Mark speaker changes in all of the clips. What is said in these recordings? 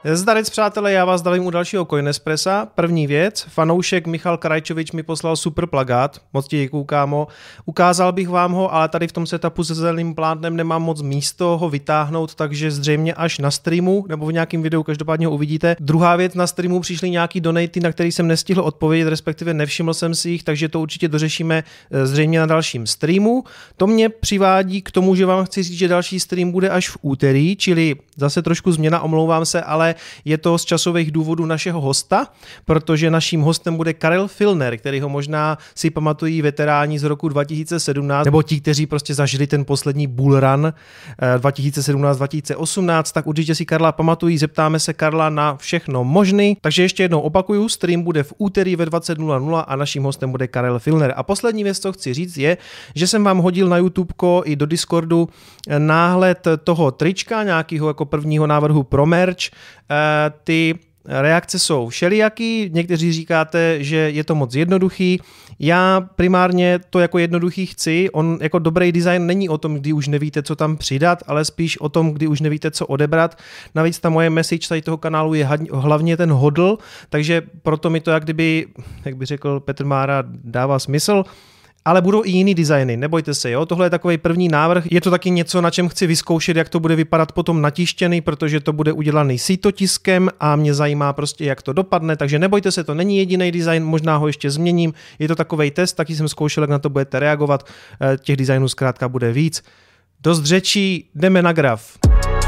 Speaker 1: Zdarec, přátelé, já vás zdravím u dalšího Coinespressa. První věc, fanoušek Michal Krajčovič mi poslal super plakát, moc ti děkuju, kámo. Ukázal bych vám ho, ale tady v tom setupu se zeleným plátnem nemám moc místo ho vytáhnout, takže zřejmě až na streamu, nebo v nějakém videu každopádně ho uvidíte. Druhá věc, na streamu přišly nějaký donaty, na který jsem nestihl odpovědět, respektive nevšiml jsem si jich, takže to určitě dořešíme zřejmě na dalším streamu. To mě přivádí k tomu, že vám chci říct, že další stream bude až v úterý, čili zase trošku změna, omlouvám se, ale je to z časových důvodů našeho hosta, protože naším hostem bude Karel Filner, který ho možná si pamatují veteráni z roku 2017, nebo ti, kteří prostě zažili ten poslední bull run 2017-2018, tak určitě si Karla pamatují, zeptáme se Karla na všechno možný. Takže ještě jednou opakuju, stream bude v úterý ve 20:00 a naším hostem bude Karel Filner. A poslední věc, co chci říct, je, že jsem vám hodil na YouTubeko i do Discordu náhled toho trička, nějakého jako prvního návrhu pro merch. Ty reakce jsou všelijaký, někteří říkáte, že je to moc jednoduchý, já primárně to jako jednoduchý chci, on jako dobrý design není o tom, kdy už nevíte, co tam přidat, ale spíš o tom, kdy už nevíte, co odebrat. Navíc ta moje message tady toho kanálu je hlavně ten hodl, takže proto mi to jak kdyby, jak by řekl Petr Mára, dává smysl. Ale budou i jiný designy, nebojte se, jo. Tohle je takový první návrh. Je to taky něco, na čem chci vyzkoušet, jak to bude vypadat potom natištěný, protože to bude udělaný sítotiskem a mě zajímá prostě, jak to dopadne, takže nebojte se, to není jediný design, možná ho ještě změním. Je to takovej test, taky jsem zkoušel, jak na to budete reagovat. Těch designů zkrátka bude víc. Dost řečí, jdeme na graf.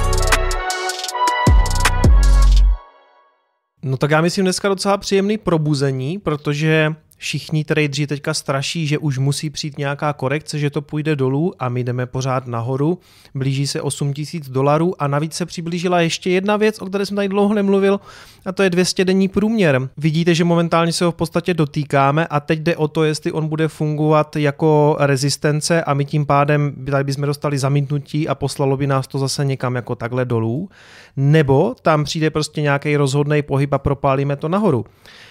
Speaker 1: No tak já myslím dneska docela příjemný probuzení, protože všichni tradeři teďka straší, že už musí přijít nějaká korekce, že to půjde dolů a my jdeme pořád nahoru. Blíží se $8,000 a navíc se přiblížila ještě jedna věc, o které jsem tady dlouho nemluvil, a to je 200denní průměr. Vidíte, že momentálně se ho v podstatě dotýkáme a teď jde o to, jestli on bude fungovat jako rezistence a my tím pádem tady bychom dostali zamítnutí a poslalo by nás to zase někam jako takhle dolů, nebo tam přijde prostě nějaký rozhodný pohyb a propálíme to nahoru.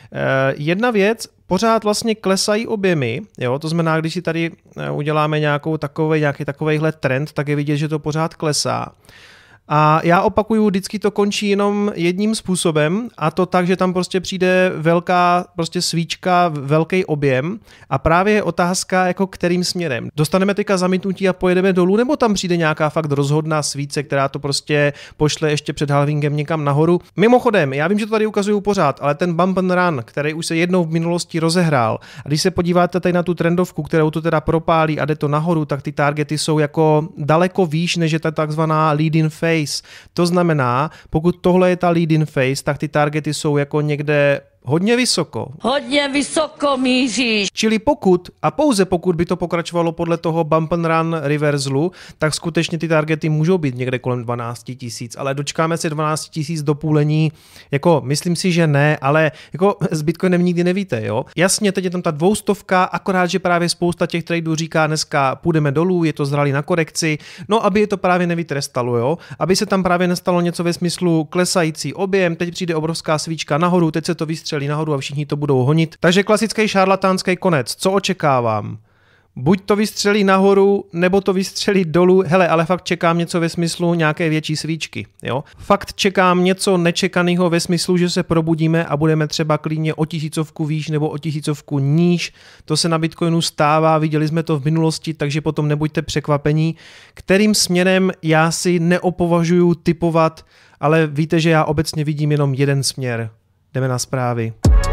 Speaker 1: Jedna věc, pořád vlastně klesají objemy, jo, to znamená, když si tady uděláme nějaký takovejhle trend, tak je vidět, že to pořád klesá. A já opakuju, vždycky to končí jenom jedním způsobem a to tak, že tam prostě přijde velká prostě svíčka, velký objem a právě je otázka, jako kterým směrem. Dostaneme teďka zamítnutí a pojedeme dolů, nebo tam přijde nějaká fakt rozhodná svíce, která to prostě pošle ještě před halvingem někam nahoru. Mimochodem, já vím, že to tady ukazuju pořád, ale ten bump and run, který už se jednou v minulosti rozehrál, a když se podíváte tady na tu trendovku, kterou to teda propálí a jde to nahoru, tak ty targety jsou jako daleko výš, než je ta takzvaná lead-in phase. To znamená, pokud tohle je ta lead-in phase, tak ty targety jsou jako někde hodně vysoko.
Speaker 2: Hodně vysoko míříš.
Speaker 1: Čili pokud a pouze pokud by to pokračovalo podle toho bump and run reverselu, tak skutečně ty targety můžou být někde kolem 12 000, ale dočkáme se 12 000 do půlení, jako myslím si, že ne, ale jako s Bitcoinem nikdy nevíte, jo. Jasně, teď je tam ta 200, akorát, že právě spousta těch traderů říká dneska půjdeme dolů, je to zralý na korekci, no aby je to právě nevytrestalo, jo, aby se tam právě nestalo něco ve smyslu klesající objem, teď přijde obrovská svíčka nahoru, teď se to vystřelí nahoru a všichni to budou honit. Takže klasický šarlatánský konec. Co očekávám? Buď to vystřelí nahoru, nebo to vystřelí dolů. Hele, ale fakt čekám něco ve smyslu nějaké větší svíčky. Jo? Fakt čekám něco nečekaného ve smyslu, že se probudíme a budeme třeba klidně o 1000 výš nebo o 1000 níž. To se na Bitcoinu stává, viděli jsme to v minulosti, takže potom nebuďte překvapení. Kterým směrem já si neopovažuju typovat, ale víte, že já obecně vidím jenom jeden směr. Jdeme na zprávy.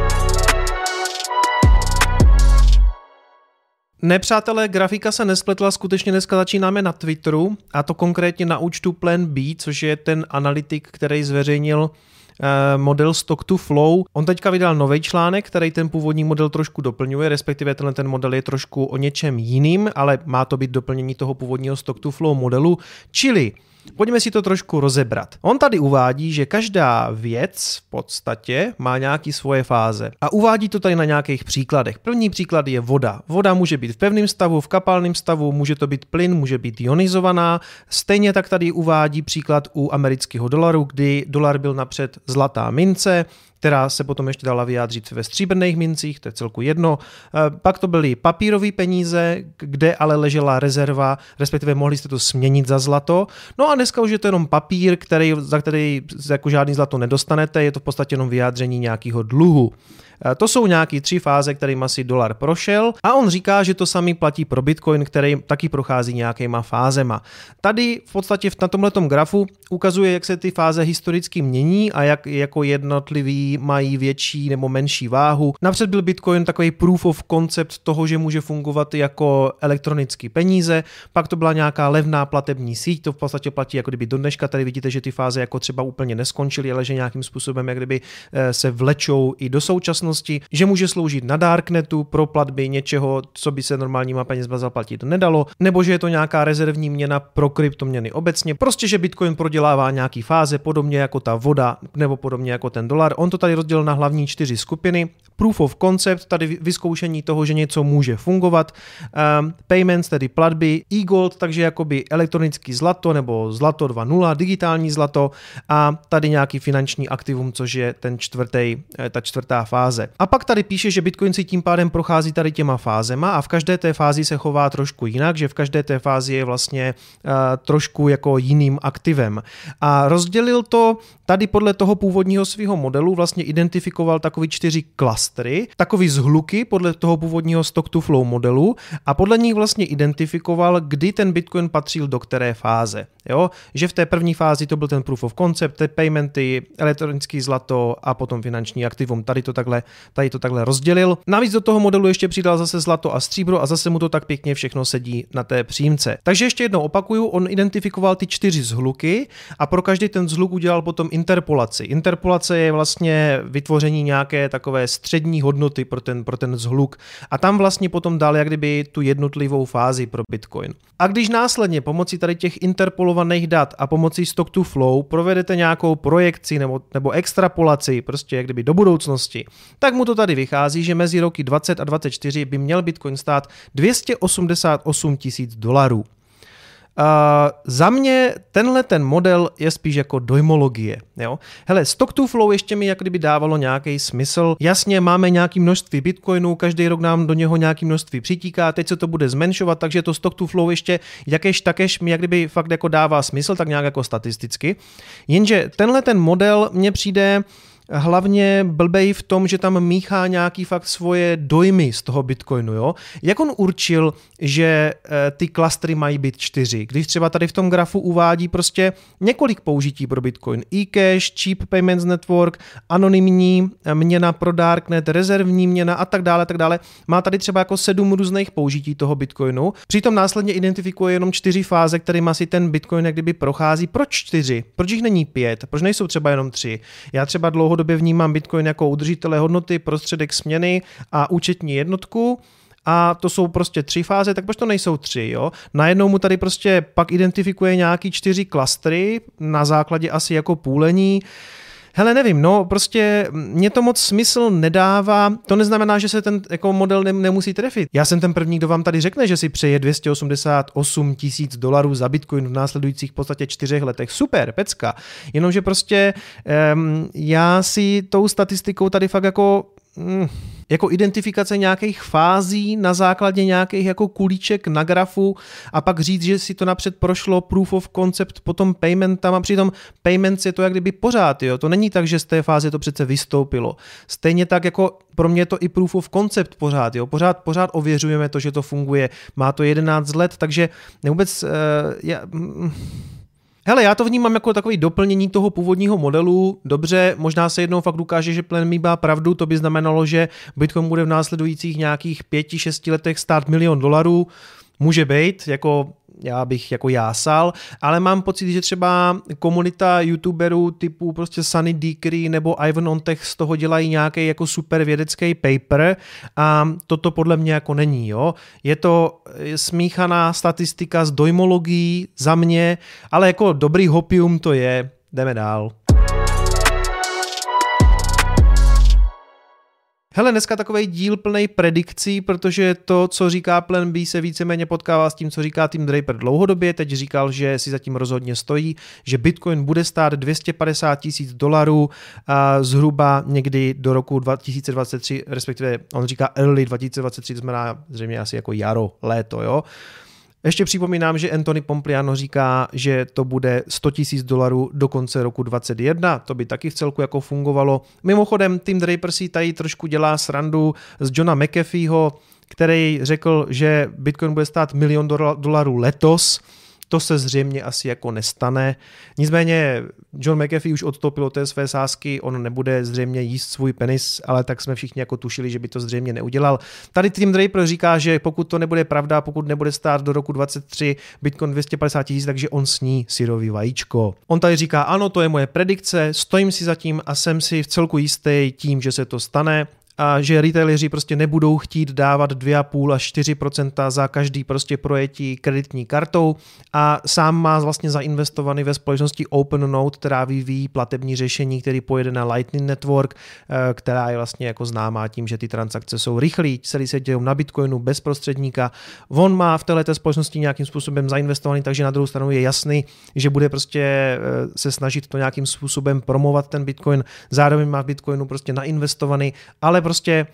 Speaker 1: Ne, přátelé, grafika se nespletla, skutečně dneska začínáme na Twitteru, a to konkrétně na účtu Plan B, což je ten analytik, který zveřejnil model Stock to Flow. On teďka vydal nový článek, který ten původní model trošku doplňuje, respektive ten model je trošku o něčem jiným, ale má to být doplnění toho původního Stock to Flow modelu, čili pojďme si to trošku rozebrat. On tady uvádí, že každá věc v podstatě má nějaký svoje fáze a uvádí to tady na nějakých příkladech. První příklad je voda. Voda může být v pevném stavu, v kapalném stavu, může to být plyn, může být ionizovaná. Stejně tak tady uvádí příklad u amerického dolaru, kdy dolar byl napřed zlatá mince, která se potom ještě dala vyjádřit ve stříbrných mincích, to je celku jedno. Pak to byly papírové peníze, kde ale ležela rezerva, respektive mohli jste to směnit za zlato. No a dneska už je to jenom papír, za který jako žádný zlato nedostanete, je to v podstatě jenom vyjádření nějakého dluhu. To jsou nějaký 3 fáze, kterým asi dolar prošel a on říká, že to samý platí pro Bitcoin, který taky prochází nějakýma fázema. Tady v podstatě na tomhletom grafu ukazuje, jak se ty fáze historicky mění a jak jako jednotlivý mají větší nebo menší váhu. Napřed byl Bitcoin takový proof of concept toho, že může fungovat jako elektronické peníze, pak to byla nějaká levná platební síť, to v podstatě platí jako kdyby do dneška. Tady vidíte, že ty fáze jako třeba úplně neskončily, ale že nějakým způsobem jak kdyby se vlečou i do současnosti, že může sloužit na darknetu pro platby něčeho, co by se normálníma penězma zaplatit nedalo, nebo že je to nějaká rezervní měna pro kryptoměny obecně. Prostě, že Bitcoin prodělává nějaký fáze, podobně jako ta voda, nebo podobně jako ten dolar. On to tady rozdělil na hlavní 4 skupiny. Proof of concept, tady vyzkoušení toho, že něco může fungovat, payments, tedy platby, e-gold, takže jakoby elektronický zlato nebo zlato 2.0, digitální zlato a tady nějaký finanční aktivum, což je ta čtvrtá fáze. A pak tady píše, že Bitcoin si tím pádem prochází tady těma fázema a v každé té fázi se chová trošku jinak, že v každé té fázi je vlastně trošku jako jiným aktivem. A rozdělil to tady podle toho původního svého modelu, vlastně identifikoval takový 4 klastry, takový zhluky podle toho původního stock to flow modelu a podle nich vlastně identifikoval, kdy ten Bitcoin patřil do které fáze. Jo? Že v té první fázi to byl ten proof of concept, ty paymenty, elektronický zlato a potom finanční aktivum. Tady to takhle rozdělil. Navíc do toho modelu ještě přidal zase zlato a stříbro a zase mu to tak pěkně všechno sedí na té přímce. Takže ještě jednou opakuju, on identifikoval ty 4 zhluky a pro každý ten zhluk udělal potom interpolaci. Interpolace je vlastně vytvoření nějaké takové střední hodnoty pro ten zhluk a tam vlastně potom dal jak kdyby tu jednotlivou fázi pro Bitcoin. A když následně pomocí tady těch interpolovaných dat a pomocí stock to flow provedete nějakou projekci nebo extrapolaci prostě jak kdyby do budoucnosti, tak mu to tady vychází, že mezi roky 20 a 24 by měl Bitcoin stát $288 000. Za mě tenhle ten model je spíš jako dojmologie. Jo? Hele, stock to flow ještě mi jak kdyby dávalo nějaký smysl. Jasně, máme nějaké množství bitcoinů, každý rok nám do něho nějaké množství přitíká, teď se to bude zmenšovat, takže to stock to flow ještě jakéž takéž mi jak kdyby fakt jako dává smysl, tak nějak jako statisticky. Jenže tenhle ten model mně přijde hlavně blbej v tom, že tam míchá nějaký fakt svoje dojmy z toho Bitcoinu, jo? Jak on určil, že ty klastry mají být 4? Když třeba tady v tom grafu uvádí prostě několik použití pro Bitcoin. E-cash, Cheap Payments Network, anonymní měna pro Darknet, rezervní měna a tak dále. Má tady třeba jako 7 různých použití toho Bitcoinu. Přitom následně identifikuje jenom 4 fáze, kterými si ten Bitcoin jak kdyby prochází. Proč 4? Proč jich není 5? Proč nejsou třeba jenom 3? Já třeba dlouhodobě vnímám Bitcoin jako udržitele hodnoty, prostředek směny a účetní jednotku. A to jsou prostě 3 fáze, tak proč to nejsou 3, jo? Najednou mu tady prostě pak identifikuje nějaký 4 klastry na základě asi jako půlení. Hele, nevím, no prostě mě to moc smysl nedává, to neznamená, že se ten jako model nemusí trefit. Já jsem ten první, kdo vám tady řekne, že si přeje $288 000 za Bitcoin v následujících v podstatě 4 letech. Super, pecka. Jenomže prostě já si tou statistikou tady fakt jako identifikace nějakých fází na základě nějakých jako kulíček na grafu a pak říct, že si to napřed prošlo proof of concept, potom paymentama, přitom payments je to jak kdyby pořád, jo, to není tak, že z té fáze to přece vystoupilo. Stejně tak jako pro mě je to i proof of concept pořád, jo, pořád ověřujeme to, že to funguje, má to 11 let, takže vůbec hele, já to vnímám jako takový doplnění toho původního modelu. Dobře, možná se jednou fakt ukáže, že Plen má pravdu, to by znamenalo, že Bitcoin bude v následujících nějakých 5-6 letech stát $1 milion. Může být, jako já bych jako jásal, ale mám pocit, že třeba komunita youtuberů typu prostě Sunny Decree nebo Ivan on Tech z toho dělají nějaký jako super vědecký paper a toto podle mě jako není, jo. Je to smíchaná statistika s dojmologií za mě, ale jako dobrý hopium to je, jdeme dál. Hele, dneska takovej díl plnej predikcí, protože to, co říká Plan B, se víceméně potkává s tím, co říká Tim Draper dlouhodobě. Teď říkal, že si zatím rozhodně stojí, že Bitcoin bude stát $250,000 zhruba někdy do roku 2023, respektive on říká early 2023, to znamená zřejmě asi jako jaro, léto, jo. Ještě připomínám, že Anthony Pompliano říká, že to bude $100,000 do konce roku 2021, to by taky v celku jako fungovalo. Mimochodem, Tim Draper si tady trošku dělá srandu z Johna McAfeeho, který řekl, že Bitcoin bude stát $1 milion letos. To se zřejmě asi jako nestane. Nicméně John McAfee už odstoupil od té své sázky, on nebude zřejmě jíst svůj penis, ale tak jsme všichni jako tušili, že by to zřejmě neudělal. Tady Tim Draper říká, že pokud to nebude pravda, pokud nebude stát do roku 2023 Bitcoin 250,000, takže on sní syrový vajíčko. On tady říká, ano, to je moje predikce, stojím si za tím a jsem si v celku jistý tím, že se to stane. A že retaileři prostě nebudou chtít dávat 2,5 až 4% za každý prostě projetí kreditní kartou a sám má vlastně zainvestovaný ve společnosti OpenNote, která vyvíjí platební řešení, který pojede na Lightning Network, která je vlastně jako známá tím, že ty transakce jsou rychlý, celý se dějou na Bitcoinu bez prostředníka. On má v této společnosti nějakým způsobem zainvestovaný, takže na druhou stranu je jasný, že bude prostě se snažit to nějakým způsobem promovat ten Bitcoin, zároveň má v Bitcoinu prostě nainvestovaný, ale prostě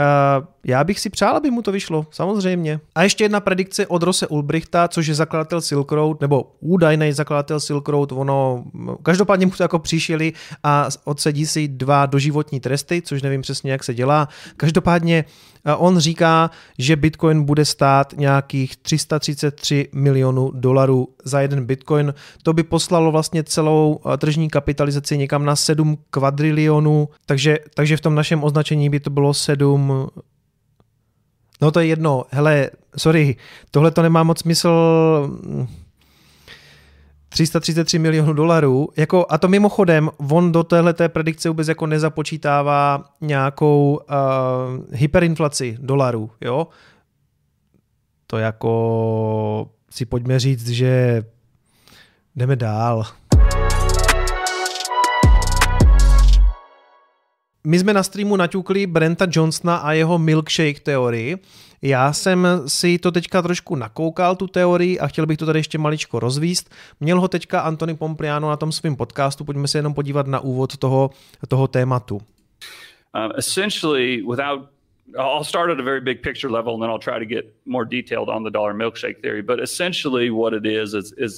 Speaker 1: já bych si přál, aby mu to vyšlo, samozřejmě. A ještě jedna predikce od Rosse Ulbrichta, což je zakladatel Silk Road, nebo údajný zakladatel Silk Road, každopádně mu to jako přišili a odsedí si 2 doživotní tresty, což nevím přesně, jak se dělá. Každopádně on říká, že Bitcoin bude stát nějakých $333 milionů za jeden Bitcoin. To by poslalo vlastně celou tržní kapitalizaci někam na 7 kvadrilionů, takže v tom našem označení by to bylo 7... No to je jedno, hele, sorry, tohle to nemá moc smysl... $333 milionů, jako, a to mimochodem, on do téhleté predikce vůbec jako nezapočítává nějakou hyperinflaci dolarů, jo. To jako si pojďme říct, že jdeme dál. My jsme na streamu naťukli Brenta Johnsona a jeho milkshake teorii. Já jsem si to teďka trošku nakoukal, tu teorii, a chtěl bych to tady ještě maličko rozvíst. Měl ho teďka Anthony Pompliano na tom svém podcastu, pojďme se jenom podívat na úvod toho tématu.
Speaker 3: Essentially, I'll start at a very big picture level and then I'll try to get more detailed on the dollar milkshake theory. But essentially what it is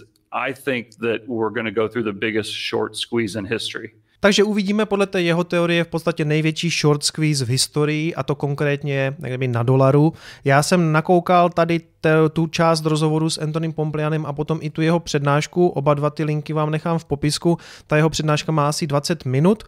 Speaker 3: I think that we're going to go through the biggest short squeeze in history.
Speaker 1: Takže uvidíme podle té jeho teorie v podstatě největší short squeeze v historii, a to konkrétně na dolaru. Já jsem nakoukal tady tu část rozhovoru s Antonym Pomplianem a potom i tu jeho přednášku. Oba dva ty linky vám nechám v popisku. Ta jeho přednáška má asi 20 minut.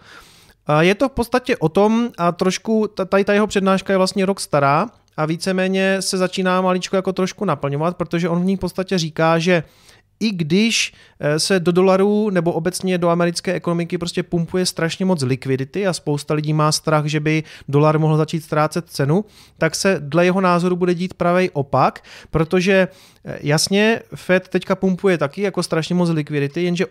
Speaker 1: Je to v podstatě o tom, a trošku, tady ta jeho přednáška je vlastně rok stará a víceméně se začíná maličko jako trošku naplňovat, protože on v ní v podstatě říká, že i když se do dolaru nebo obecně do americké ekonomiky prostě pumpuje strašně moc likvidity a spousta lidí má strach, že by dolar mohl začít ztrácet cenu, tak se dle jeho názoru bude dít pravý opak, protože jasně Fed teďka pumpuje taky jako strašně moc likvidity, jenže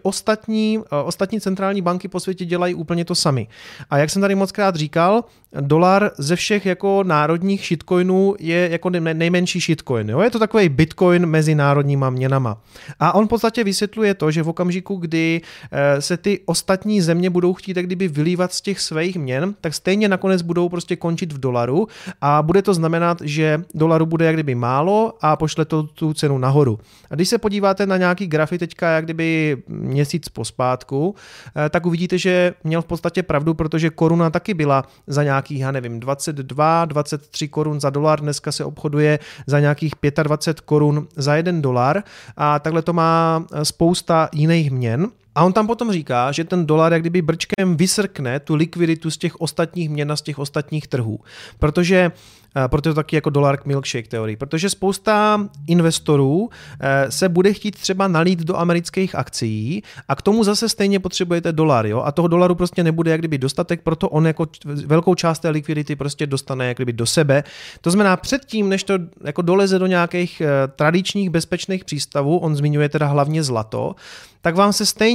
Speaker 1: ostatní centrální banky po světě dělají úplně to sami. A jak jsem tady mockrát říkal, dolar ze všech jako národních shitcoinů je jako nejmenší shitcoin. Jo? Je to takový bitcoin mezi národníma měnama. A on v podstatě vysvětluje to, že v okamžiku, kdy se ty ostatní země budou chtít tak kdyby vylívat z těch svých měn, tak stejně nakonec budou prostě končit v dolaru a bude to znamenat, že dolaru bude jak kdyby málo a pošle to tu cenu nahoru. A když se podíváte na nějaký grafy teďka jak kdyby měsíc pospátku, tak uvidíte, že měl v podstatě pravdu, protože koruna taky byla za nějakých, já nevím, 22, 23 korun za dolar, dneska se obchoduje za nějakých 25 korun za $1 a takhle to má spousta jiných měn. A on tam potom říká, že ten dolar jak kdyby brčkem vysrkne tu likviditu z těch ostatních měn a z těch ostatních trhů. Protože to taky jako dollar milkshake teorii, protože spousta investorů se bude chtít třeba nalít do amerických akcií a k tomu zase stejně potřebujete dolar, jo? A toho dolaru prostě nebude jak kdyby dostatek, proto on jako velkou část té likvidity prostě dostane jak kdyby do sebe. To znamená předtím, než to jako doleze do nějakých tradičních bezpečných přístavů, on zmiňuje teda hlavně zlato, tak vám se stejně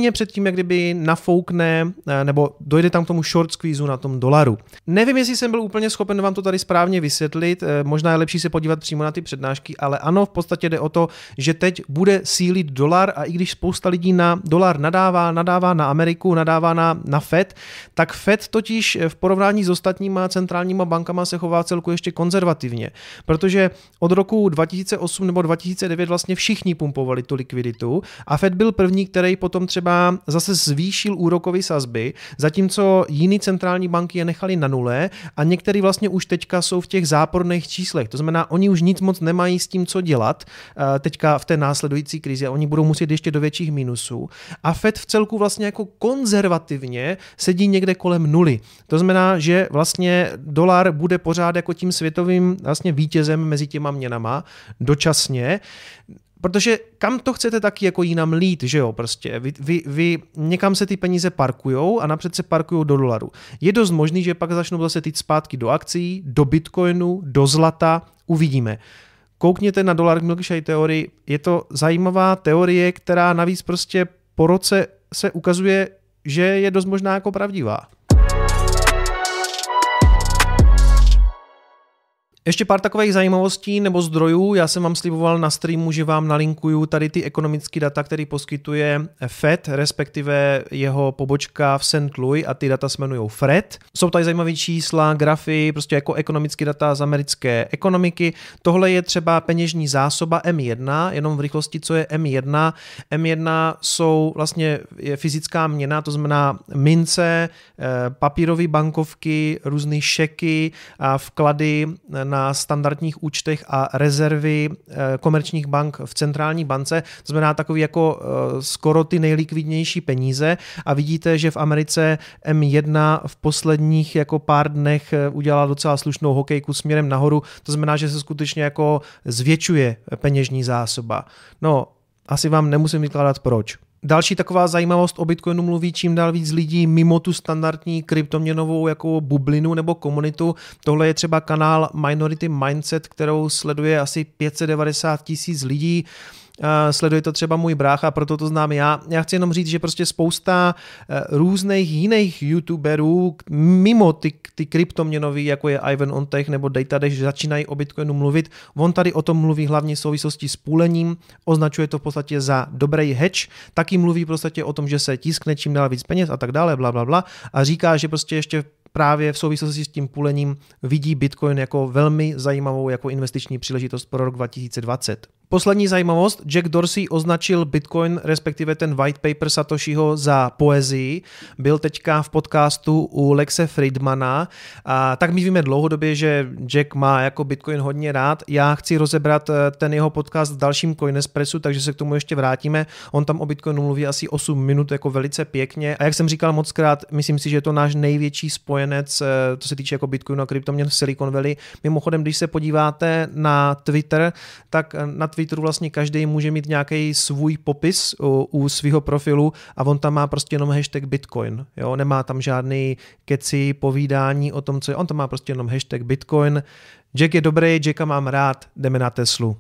Speaker 1: Těsně před tím, jak kdyby nafoukne, nebo dojde tam k tomu short squeezeu na tom dolaru. Nevím, jestli jsem byl úplně schopen vám to tady správně vysvětlit, možná je lepší se podívat přímo na ty přednášky, ale ano, v podstatě jde o to, že teď bude sílit dolar a i když spousta lidí na dolar nadává na Ameriku, nadává na Fed, tak Fed totiž v porovnání s ostatníma centrálníma bankama se chová celku ještě konzervativně, protože od roku 2008 nebo 2009 vlastně všichni pumpovali tu likviditu a Fed byl první, který potom třeba zase zvýšil úrokové sazby, zatímco jiný centrální banky je nechali na nule a některý vlastně už teďka jsou v těch záporných číslech. To znamená, oni už nic moc nemají s tím, co dělat teďka v té následující krizi a oni budou muset ještě do větších minusů. A Fed v celku vlastně jako konzervativně sedí někde kolem nuly. To znamená, že vlastně dolar bude pořád jako tím světovým vlastně vítězem mezi těma měnama dočasně. Protože kam to chcete taky jako jinam lít, že jo, prostě vy někam se ty peníze parkujou a napřed se parkujou do dolaru. Je dost možný, že pak začnou zase týt zpátky do akcií, do bitcoinu, do zlata, uvidíme. Koukněte na Dollar Milkshake teorii, je to zajímavá teorie, která navíc prostě po roce se ukazuje, že je dost možná jako pravdivá. Ještě pár takových zajímavostí nebo zdrojů. Já jsem vám sliboval na streamu, že vám nalinkuju tady ty ekonomické data, které poskytuje Fed, respektive jeho pobočka v St. Louis a ty data se jmenují FRED. Jsou tady zajímavé čísla, grafy, prostě jako ekonomické data z americké ekonomiky. Tohle je třeba peněžní zásoba M1, jenom v rychlosti, co je M1. M1 jsou vlastně fyzická měna, to znamená mince, papírové bankovky, různé šeky a vklady na standardních účtech a rezervy komerčních bank v centrální bance, to znamená takový jako skoro ty nejlikvidnější peníze a vidíte, že v Americe M1 v posledních jako pár dnech udělala docela slušnou hokejku směrem nahoru, to znamená, že se skutečně jako zvětšuje peněžní zásoba. No, asi vám nemusím vykládat proč. Další taková zajímavost o Bitcoinu mluví čím dál víc lidí mimo tu standardní kryptoměnovou jako bublinu nebo komunitu. Tohle je třeba kanál Minority Mindset, kterou sleduje asi 590 000 lidí. Sleduje to třeba můj brácha, proto to znám já. Já chci jenom říct, že prostě spousta různých jiných youtuberů mimo ty kryptoměnový, jako je Ivan OnTech nebo DataDash, začínají o Bitcoinu mluvit. On tady o tom mluví hlavně v souvislosti s půlením, označuje to v podstatě za dobrý hedge, taky mluví v podstatě o tom, že se tiskne čím dál víc peněz a tak dále, blablabla a říká, že prostě ještě právě v souvislosti s tím půlením vidí Bitcoin jako velmi zajímavou jako investiční příležitost pro rok 2020. Poslední zajímavost, Jack Dorsey označil Bitcoin, respektive ten white paper Satoshiho za poezii. Byl teďka v podcastu u Lexe Friedmana. A tak my víme dlouhodobě, že Jack má jako Bitcoin hodně rád. Já chci rozebrat ten jeho podcast v dalším Coinespressu, takže se k tomu ještě vrátíme. On tam o Bitcoinu mluví asi 8 minut jako velice pěkně. A jak jsem říkal mockrát, myslím si, že je to náš největší spojenec, co se týče jako Bitcoinu a kryptoměn v Silicon Valley. Mimochodem, když se podíváte na Twitter, tak na Twitteru vlastně každý může mít nějaký svůj popis u svého profilu a on tam má prostě jenom hashtag Bitcoin. Jo? Nemá tam žádný keci, povídání o tom, co je. On tam má prostě jenom hashtag Bitcoin. Jack je dobrý, Jacka mám rád, jdeme na Teslu.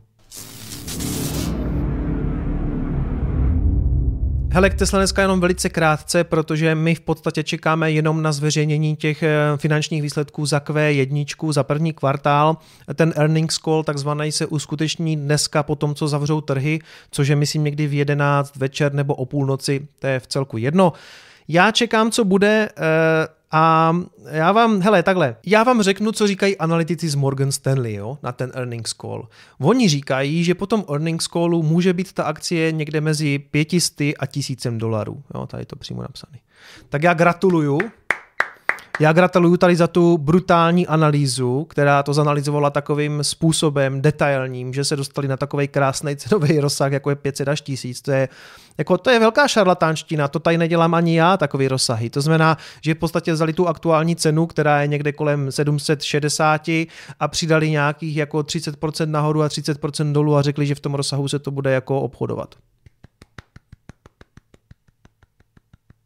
Speaker 1: Hele, k Tesla dneska jenom velice krátce, protože my v podstatě čekáme jenom na zveřejnění těch finančních výsledků za Q1, za první kvartál. Ten earnings call takzvaný se uskuteční dneska po tom, co zavřou trhy, což je myslím někdy v 11 večer nebo o půlnoci, to je v celku jedno. Já čekám, co bude a já vám řeknu, co říkají analytici z Morgan Stanley, jo, na ten earnings call. Oni říkají, že po tom earnings callu může být ta akcie někde mezi $500 a $1000. Jo, tady je to přímo napsané. Tak já gratuluju. Já gratuluju tady za tu brutální analýzu, která to zanalyzovala takovým způsobem detailním, že se dostali na takovej krásný cenový rozsah, jako je 500 až 1000. To je velká šarlatánština, to tady nedělám ani já, takový rozsahy. To znamená, že v podstatě vzali tu aktuální cenu, která je někde kolem 760 a přidali nějakých jako 30% nahoru a 30% dolů a řekli, že v tom rozsahu se to bude jako obchodovat.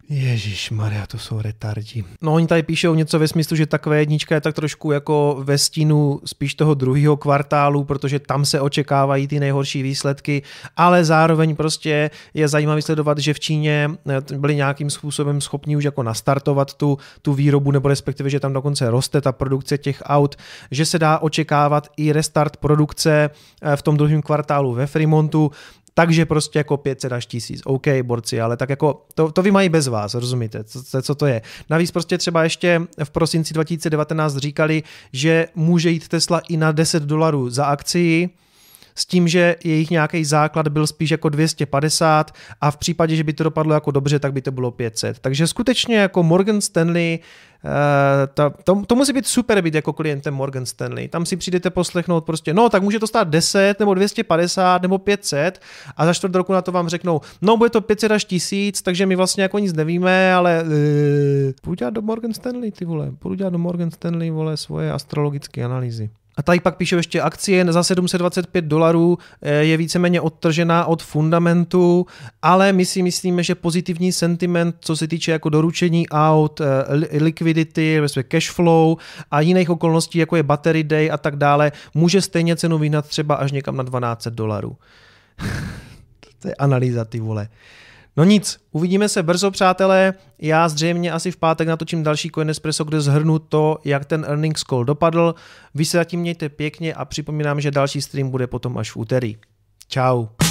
Speaker 1: Ježišmarja, to jsou retardi. No oni tady píšou něco ve smyslu, že ta Q1 je tak trošku jako ve stínu spíš toho druhého kvartálu, protože tam se očekávají ty nejhorší výsledky, ale zároveň prostě je zajímavé sledovat, že v Číně byli nějakým způsobem schopni už jako nastartovat tu výrobu, nebo respektive, že tam dokonce roste ta produkce těch aut, že se dá očekávat i restart produkce v tom druhém kvartálu ve Fremontu. Takže prostě jako 500 až 1000. OK, borci, ale tak jako to vy mají bez vás, rozumíte, co to je. Navíc prostě třeba ještě v prosinci 2019 říkali, že může jít Tesla i na $10 za akcii, s tím, že jejich nějaký základ byl spíš jako 250 a v případě, že by to dopadlo jako dobře, tak by to bylo 500. Takže skutečně jako Morgan Stanley, to musí být super být jako klientem Morgan Stanley. Tam si přijdete poslechnout prostě, no tak může to stát 10 nebo 250 nebo 500 a za čtvrt roku na to vám řeknou, no bude to 500 až 1000, takže my vlastně jako nic nevíme, ale půjdu dělat do Morgan Stanley, ty vole, půjdu dělat do Morgan Stanley, vole, svoje astrologické analýzy. A tady pak píšou ještě akcie za $725 je víceméně odtržená od fundamentu, ale my si myslíme, že pozitivní sentiment, co se týče jako doručení aut, liquidity, cash flow a jiných okolností, jako je battery day a tak dále, může stejně cenu vyhnat třeba až někam na $1200. To je analýza, ty vole. No nic, uvidíme se brzo, přátelé. Já zřejmě asi v pátek natočím další Coinespresso, kde zhrnu to, jak ten earnings call dopadl. Vy se zatím mějte pěkně a připomínám, že další stream bude potom až v úterý. Čau.